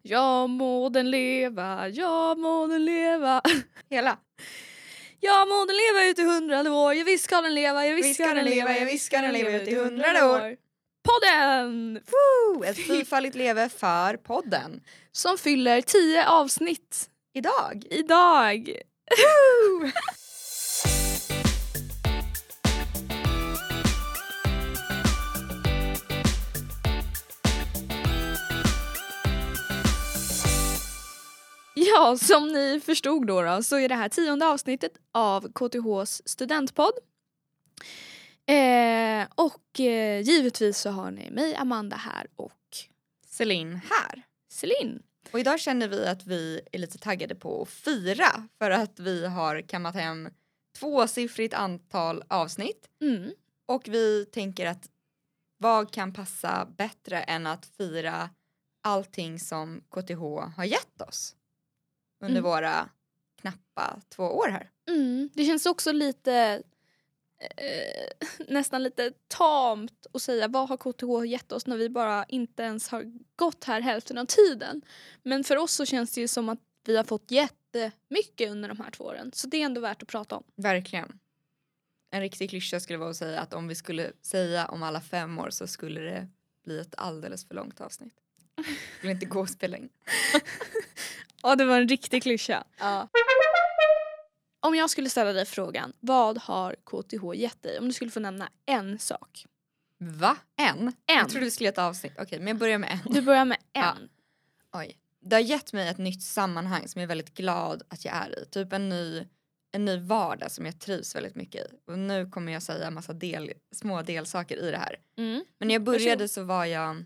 Jag må den leva, jag må den leva. Hela. Jag må den leva ut i 100 år. Jag visst ska den leva, jag visst ska den leva, jag visst ska den leva ut i 100 år. Podden! Woo! Ett fyrfaldigt leve för podden. Som fyller 10 avsnitt idag. Woo! Ja, som ni förstod då så är det här 10:e avsnittet av KTHs studentpodd. Givetvis så har ni mig, Amanda, här och Celine här. Celine. Och idag känner vi att vi är lite taggade på att fira. För att vi har kammat hem 2-siffrigt antal avsnitt. Mm. Och vi tänker att vad kan passa bättre än att fira allting som KTH har gett oss under våra knappa 2 år här. Det känns också lite nästan lite tamt att säga vad har KTH gett oss när vi bara inte ens har gått här hälften av tiden. Men för oss så känns det ju som att vi har fått jättemycket under de här 2 åren. Så det är ändå värt att prata om. Verkligen. En riktig klyscha skulle vara att säga att om vi skulle säga om alla 5 år så skulle det bli ett alldeles för långt avsnitt. Det skulle inte gå att spela in. Ja, det var en riktig klyscha. Ja. Om jag skulle ställa dig frågan, vad har KTH gett dig? Om du skulle få nämna en sak. Va? En? Jag trodde vi skulle ge ett avsnitt. Okej, men jag börjar med en. Du börjar med en. Ja. Oj. Det har gett mig ett nytt sammanhang som jag är väldigt glad att jag är i. Typ en ny vardag som jag trivs väldigt mycket i. Och nu kommer jag säga en massa små delsaker i det här. Men när jag började så var jag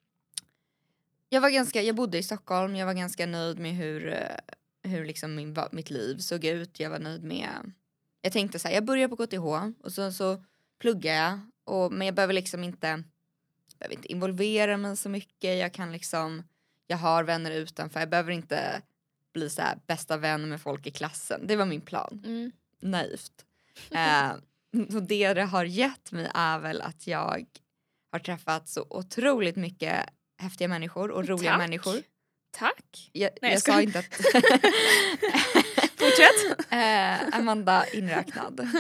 bodde i Stockholm. Jag var ganska nöjd med hur liksom mitt liv såg ut. Jag var nöjd med... Jag tänkte så här, jag börjar på KTH och så pluggar jag. Men jag behöver liksom inte involvera mig så mycket. Jag har vänner utanför. Jag behöver inte bli så här bästa vän med folk i klassen. Det var min plan. Naivt. Och det har gett mig är väl att jag har träffat så otroligt mycket häftiga människor och roliga människor. Tack. Jag sa inte att... Fortsätt. Amanda inräknad.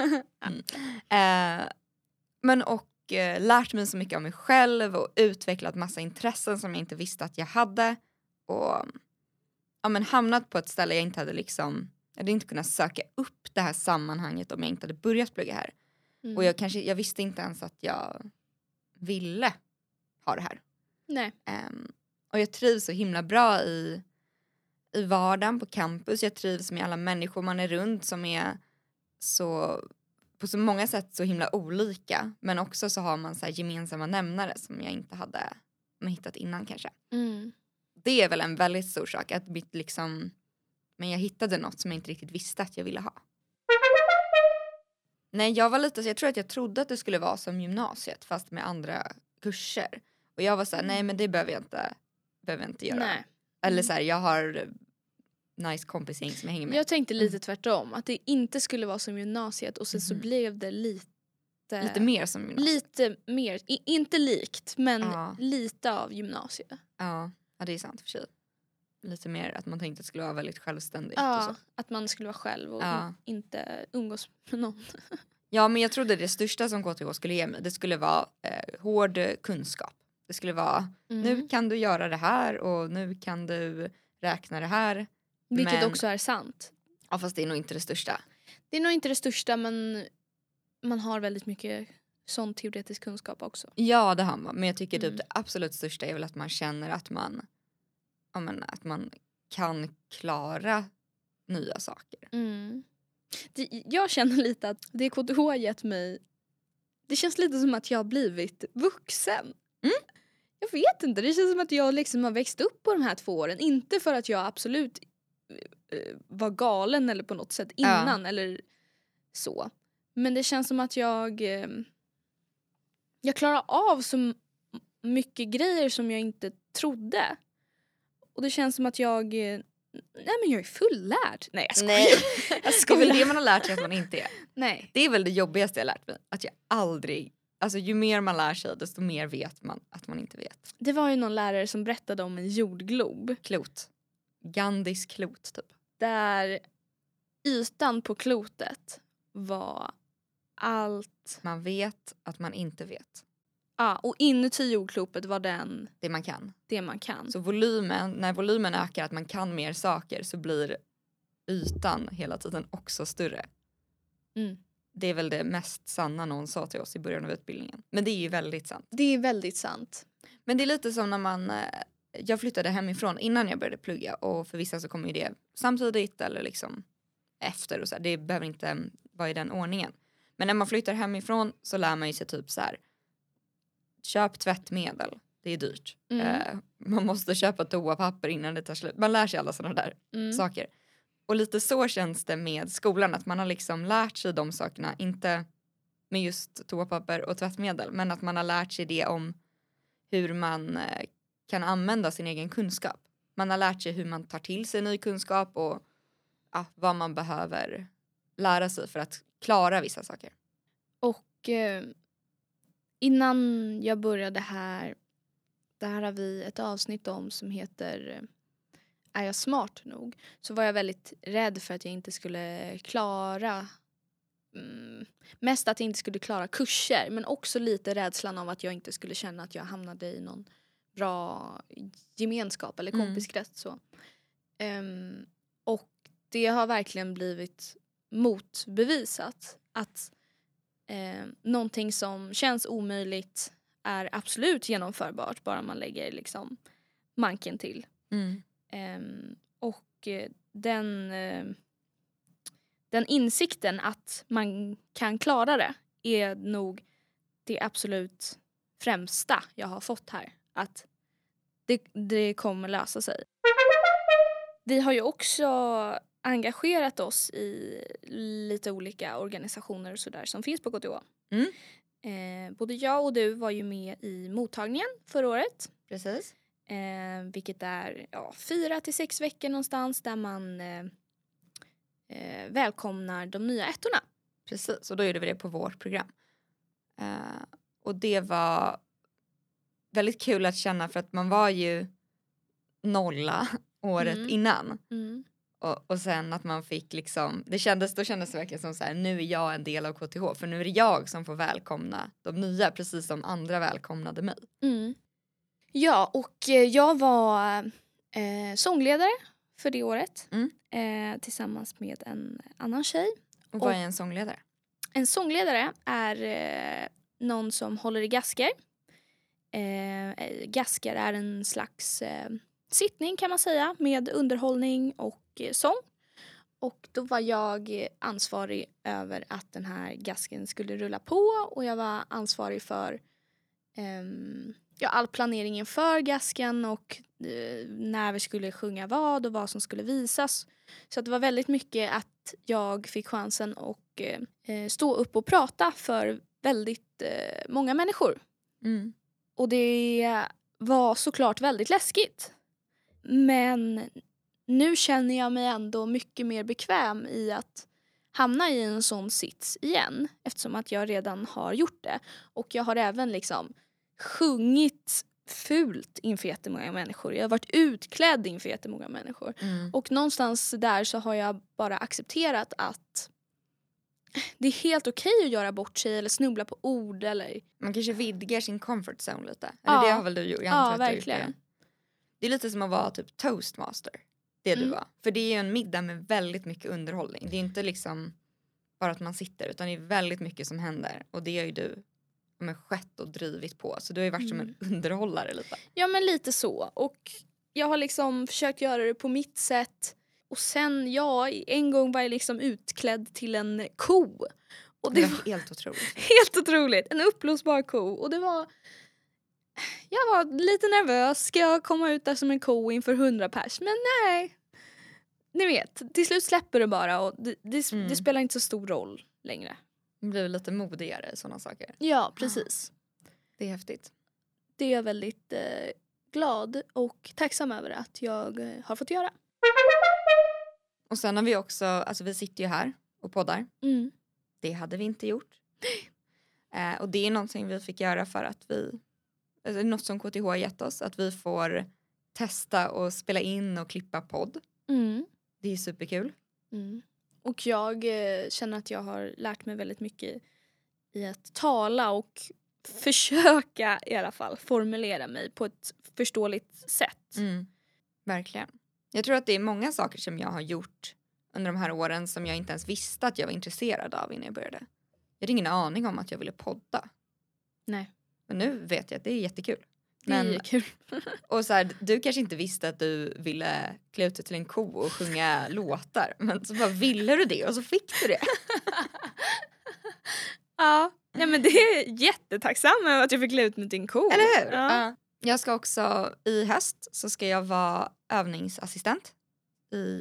Men lärt mig så mycket om mig själv och utvecklat massa intressen som jag inte visste att jag hade. Och hamnat på ett ställe jag inte hade jag hade inte kunnat söka upp det här sammanhanget om jag inte hade börjat plugga här. Och jag visste inte ens att jag ville ha det här. Nej. Och jag trivs så himla bra i vardagen på campus. Jag trivs med alla människor man är runt som är så på så många sätt så himla olika. Men också så har man så här gemensamma nämnare som jag inte hade hittat innan kanske. Det är väl en väldigt stor sak att men jag hittade något som jag inte riktigt visste att jag ville ha. Nej, jag var lite så jag trodde att det skulle vara som gymnasiet fast med andra kurser. Och jag var så här, nej men det behöver jag inte göra. Nej. Eller så här, jag har nice kompisgäng som jag hänger med. Jag tänkte lite tvärtom. Att det inte skulle vara som gymnasiet. Och sen så blev det lite mer som gymnasiet. Lite mer. Inte likt. Men lite av gymnasiet. Ja, det är sant för sig. Lite mer att man tänkte att det skulle vara väldigt självständigt. Ja, och så. Att man skulle vara själv. Och inte umgås med någon. Ja, men jag trodde det största som KTH skulle ge mig. Det skulle vara hård kunskap. Det skulle vara, nu kan du göra det här och nu kan du räkna det här. Vilket också är sant. Ja, fast det är nog inte det största. Det är nog inte det största, men man har väldigt mycket sån teoretisk kunskap också. Ja, det har man. Men jag tycker typ det absolut största är väl att man känner att man kan klara nya saker. Jag känner lite att det KTH har gett mig, det känns lite som att jag har blivit vuxen. Jag vet inte, det känns som att jag har växt upp på de här 2 åren. Inte för att jag absolut var galen eller på något sätt innan eller så. Men det känns som att jag klarar av så mycket grejer som jag inte trodde. Och det känns som att jag är fullärd. Nej, jag skojar. Nej. Jag skojar. Det är väl det man har lärt sig att man inte är. Nej. Det är väl det jobbigaste jag har lärt mig. Att jag aldrig alltså ju mer man lär sig desto mer vet man att man inte vet. Det var ju någon lärare som berättade om en jordglob. Klot. Gandhis klot typ. Där ytan på klotet var allt. Man vet att man inte vet. Ja, och inuti jordklopet var Det man kan. det man kan. Så när volymen ökar, att man kan mer saker, så blir ytan hela tiden också större. Mm. Det är väl det mest sanna någon sa till oss i början av utbildningen. Men det är ju väldigt sant. Det är väldigt sant. Men det är lite som när jag flyttade hemifrån innan jag började plugga. Och för vissa så kommer ju det samtidigt eller liksom efter. Och så här. Det behöver inte vara i den ordningen. Men när man flyttar hemifrån så lär man ju sig typ så här. Köp tvättmedel. Det är dyrt. Man måste köpa toapapper innan det tar slut. Man lär sig alla sådana där saker. Och lite så känns det med skolan. Att man har liksom lärt sig de sakerna. Inte med just toapapper och tvättmedel. Men att man har lärt sig det om hur man kan använda sin egen kunskap. Man har lärt sig hur man tar till sig ny kunskap. Och vad man behöver lära sig för att klara vissa saker. Och innan jag började här. Där har vi ett avsnitt om som heter Är jag smart nog? Så var jag väldigt rädd för att jag inte skulle klara mest att jag inte skulle klara kurser. Men också lite rädslan av att jag inte skulle känna att jag hamnade i någon bra gemenskap eller kompiskrets. Så. Och det har verkligen blivit motbevisat att någonting som känns omöjligt är absolut genomförbart bara man lägger liksom manken till. Och den insikten att man kan klara det är nog det absolut främsta jag har fått här. Att det kommer lösa sig. Vi har ju också engagerat oss i lite olika organisationer och sådär som finns på KTH. Både jag och du var ju med i mottagningen förra året. Precis. Vilket är 4 till 6 veckor någonstans där man välkomnar de nya ettorna. Precis, och då gjorde vi det på vårt program. Och det var väldigt kul att känna för att man var ju 0 året innan. Och sen att man fick liksom, då kändes det verkligen som så här, nu är jag en del av KTH. För nu är det jag som får välkomna de nya, precis som andra välkomnade mig. Ja, och jag var sångledare för det året. Tillsammans med en annan tjej. Och vad är en sångledare? En sångledare är någon som håller i gasker. Gasker är en slags sittning kan man säga med underhållning och sång. Och då var jag ansvarig över att den här gasken skulle rulla på. Och jag var ansvarig för all planering inför gasken och när vi skulle sjunga vad och vad som skulle visas. Så att det var väldigt mycket att jag fick chansen att stå upp och prata för väldigt många människor. Och det var såklart väldigt läskigt. Men nu känner jag mig ändå mycket mer bekväm i att hamna i en sån sits igen. Eftersom att jag redan har gjort det. Och jag har även liksom sjungit fult inför jättemånga människor. Jag har varit utklädd inför jättemånga människor. Och någonstans där så har jag bara accepterat att det är helt okej att göra bort sig eller snubbla på ord. Eller... Man kanske vidgar sin comfort zone lite. Eller det har väl du gjort? Ja, verkligen. Det är lite som att vara typ toastmaster. Det du var. För det är ju en middag med väldigt mycket underhållning. Det är inte liksom bara att man sitter utan det är väldigt mycket som händer. Och det har ju du skett och drivit på. Så du har ju varit som en underhållare lite. Ja men lite så. Och jag har liksom försökt göra det på mitt sätt. Och sen en gång var jag liksom utklädd till en ko. Och det var helt otroligt. Helt otroligt. En uppblåsbar ko. Och det var... Jag var lite nervös. Ska jag komma ut där som en ko inför 100 pers? Men nej. Ni vet, till slut släpper det bara. Och det spelar inte så stor roll längre. Det blir lite modigare i sådana saker. Ja, precis. Det är häftigt. Det är jag väldigt glad och tacksam över att jag har fått göra. Och sen har vi också, alltså vi sitter ju här och poddar. Det hade vi inte gjort. Och det är någonting vi fick göra för att alltså något som KTH har gett oss. Att vi får testa och spela in och klippa podd. Det är superkul. Och jag känner att jag har lärt mig väldigt mycket i att tala och försöka i alla fall formulera mig på ett förståeligt sätt. Verkligen. Jag tror att det är många saker som jag har gjort under de här åren som jag inte ens visste att jag var intresserad av innan jag började. Jag hade ingen aning om att jag ville podda. Nej. Men nu vet jag att det är jättekul. Det är kul. Och så här, du kanske inte visste att du ville klä ut dig till en ko och sjunga låtar. Men så bara ville du det och så fick du det. Ja, nej, men det är jättetacksam över att jag fick klä ut mig till en ko. Eller hur? Ja. Jag ska också i höst så ska jag vara övningsassistent i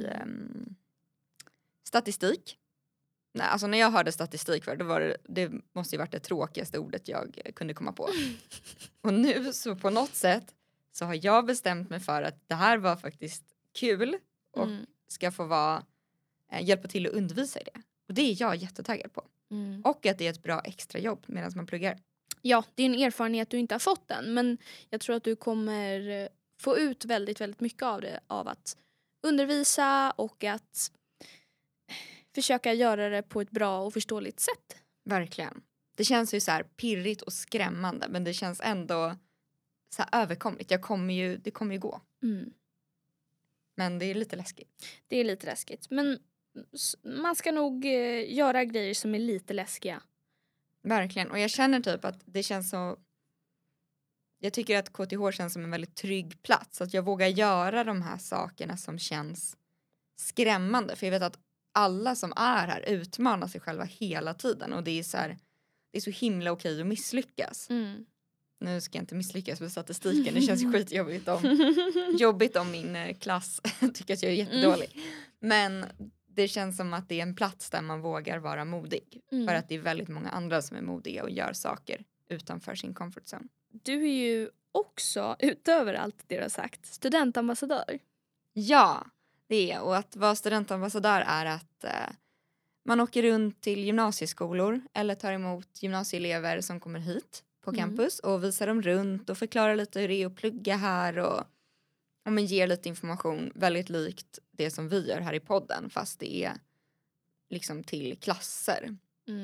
statistik. Nej, alltså när jag hörde statistik då var det måste ju varit det tråkigaste ordet jag kunde komma på. Och nu så på något sätt så har jag bestämt mig för att det här var faktiskt kul och ska få hjälpa till att undervisa i det. Och det är jag jättetaggad på. Och att det är ett bra extra jobb medan man pluggar. Ja, det är en erfarenhet du inte har fått än. Men jag tror att du kommer få ut väldigt, väldigt mycket av det. Av att undervisa och att försöka göra det på ett bra och förståeligt sätt. Verkligen. Det känns ju så här pirrigt och skrämmande. Men det känns ändå så här överkomligt. Det kommer ju gå. Men det är lite läskigt. Det är lite läskigt. Men man ska nog göra grejer som är lite läskiga. Verkligen. Och jag känner typ att det känns så... Jag tycker att KTH känns som en väldigt trygg plats. Att jag vågar göra de här sakerna som känns skrämmande. För jag vet att alla som är här utmanar sig själva hela tiden. Och det är så här, det är så himla okej att misslyckas. Nu ska jag inte misslyckas med statistiken. Det känns jobbigt om min klass tycker att jag är jättedålig. Men det känns som att det är en plats där man vågar vara modig. För att det är väldigt många andra som är modiga och gör saker utanför sin comfort zone. Du är ju också, utöver allt det du har sagt, studentambassadör. Ja, det är. Och att vara studentambassadör är att man åker runt till gymnasieskolor eller tar emot gymnasieelever som kommer hit på campus och visar dem runt och förklarar lite hur det är att plugga här och men ger lite information väldigt likt det som vi gör här i podden fast det är liksom till klasser.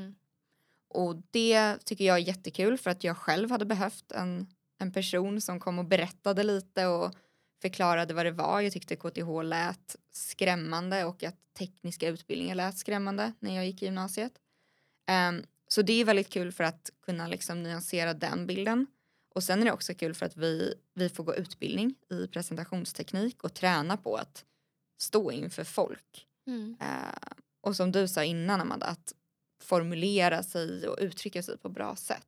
Och det tycker jag är jättekul för att jag själv hade behövt en person som kom och berättade lite och förklarade vad det var. Jag tyckte KTH lät skrämmande och att tekniska utbildningar lät skrämmande när jag gick i gymnasiet. Så det är väldigt kul för att kunna liksom nyansera den bilden. Och sen är det också kul för att vi får gå utbildning i presentationsteknik och träna på att stå inför folk. Och som du sa innan Amanda, att formulera sig och uttrycka sig på bra sätt.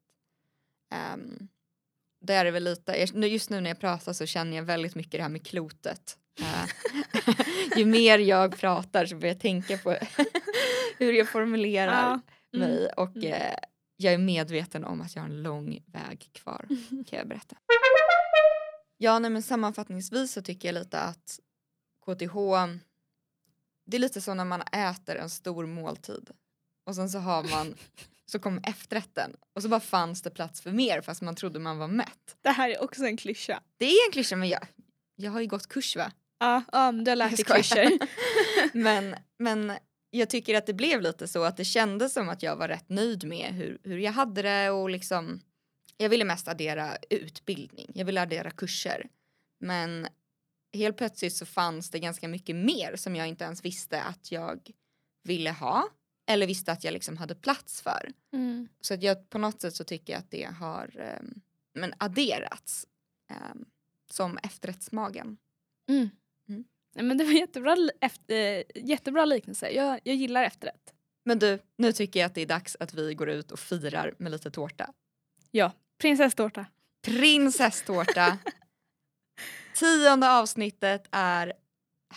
Det är väl lite, just nu när jag pratar så känner jag väldigt mycket det här med klotet. Ju mer jag pratar så börjar jag tänka på hur jag formulerar mig och jag är medveten om att jag har en lång väg kvar, kan jag berätta. Ja, nej, men sammanfattningsvis så tycker jag lite att KTH, det är lite så när man äter en stor måltid och sen så kommer efterrätten och så bara fanns det plats för mer fast man trodde man var mätt. Det här är också en klyscha. Det är en klyscha, men jag har ju gått kurs, va? Ja, du har lärt dig klyschor. men jag tycker att det blev lite så att det kändes som att jag var rätt nöjd med hur jag hade det och liksom jag ville mest addera utbildning. Jag ville addera kurser. Men helt plötsligt så fanns det ganska mycket mer som jag inte ens visste att jag ville ha. Eller visste att jag liksom hade plats för. Så att jag på något sätt så tycker jag att det har adderats som efterrättsmagen. Men det var jättebra liknelse. Jag gillar efterrätt. Men du, nu tycker jag att det är dags att vi går ut och firar med lite tårta. Ja, prinsesstårta. Prinsesstårta. 10:e avsnittet är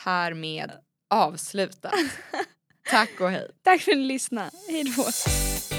härmed avslutat. Tack och hej. Tack för att ni lyssnade. Hej då.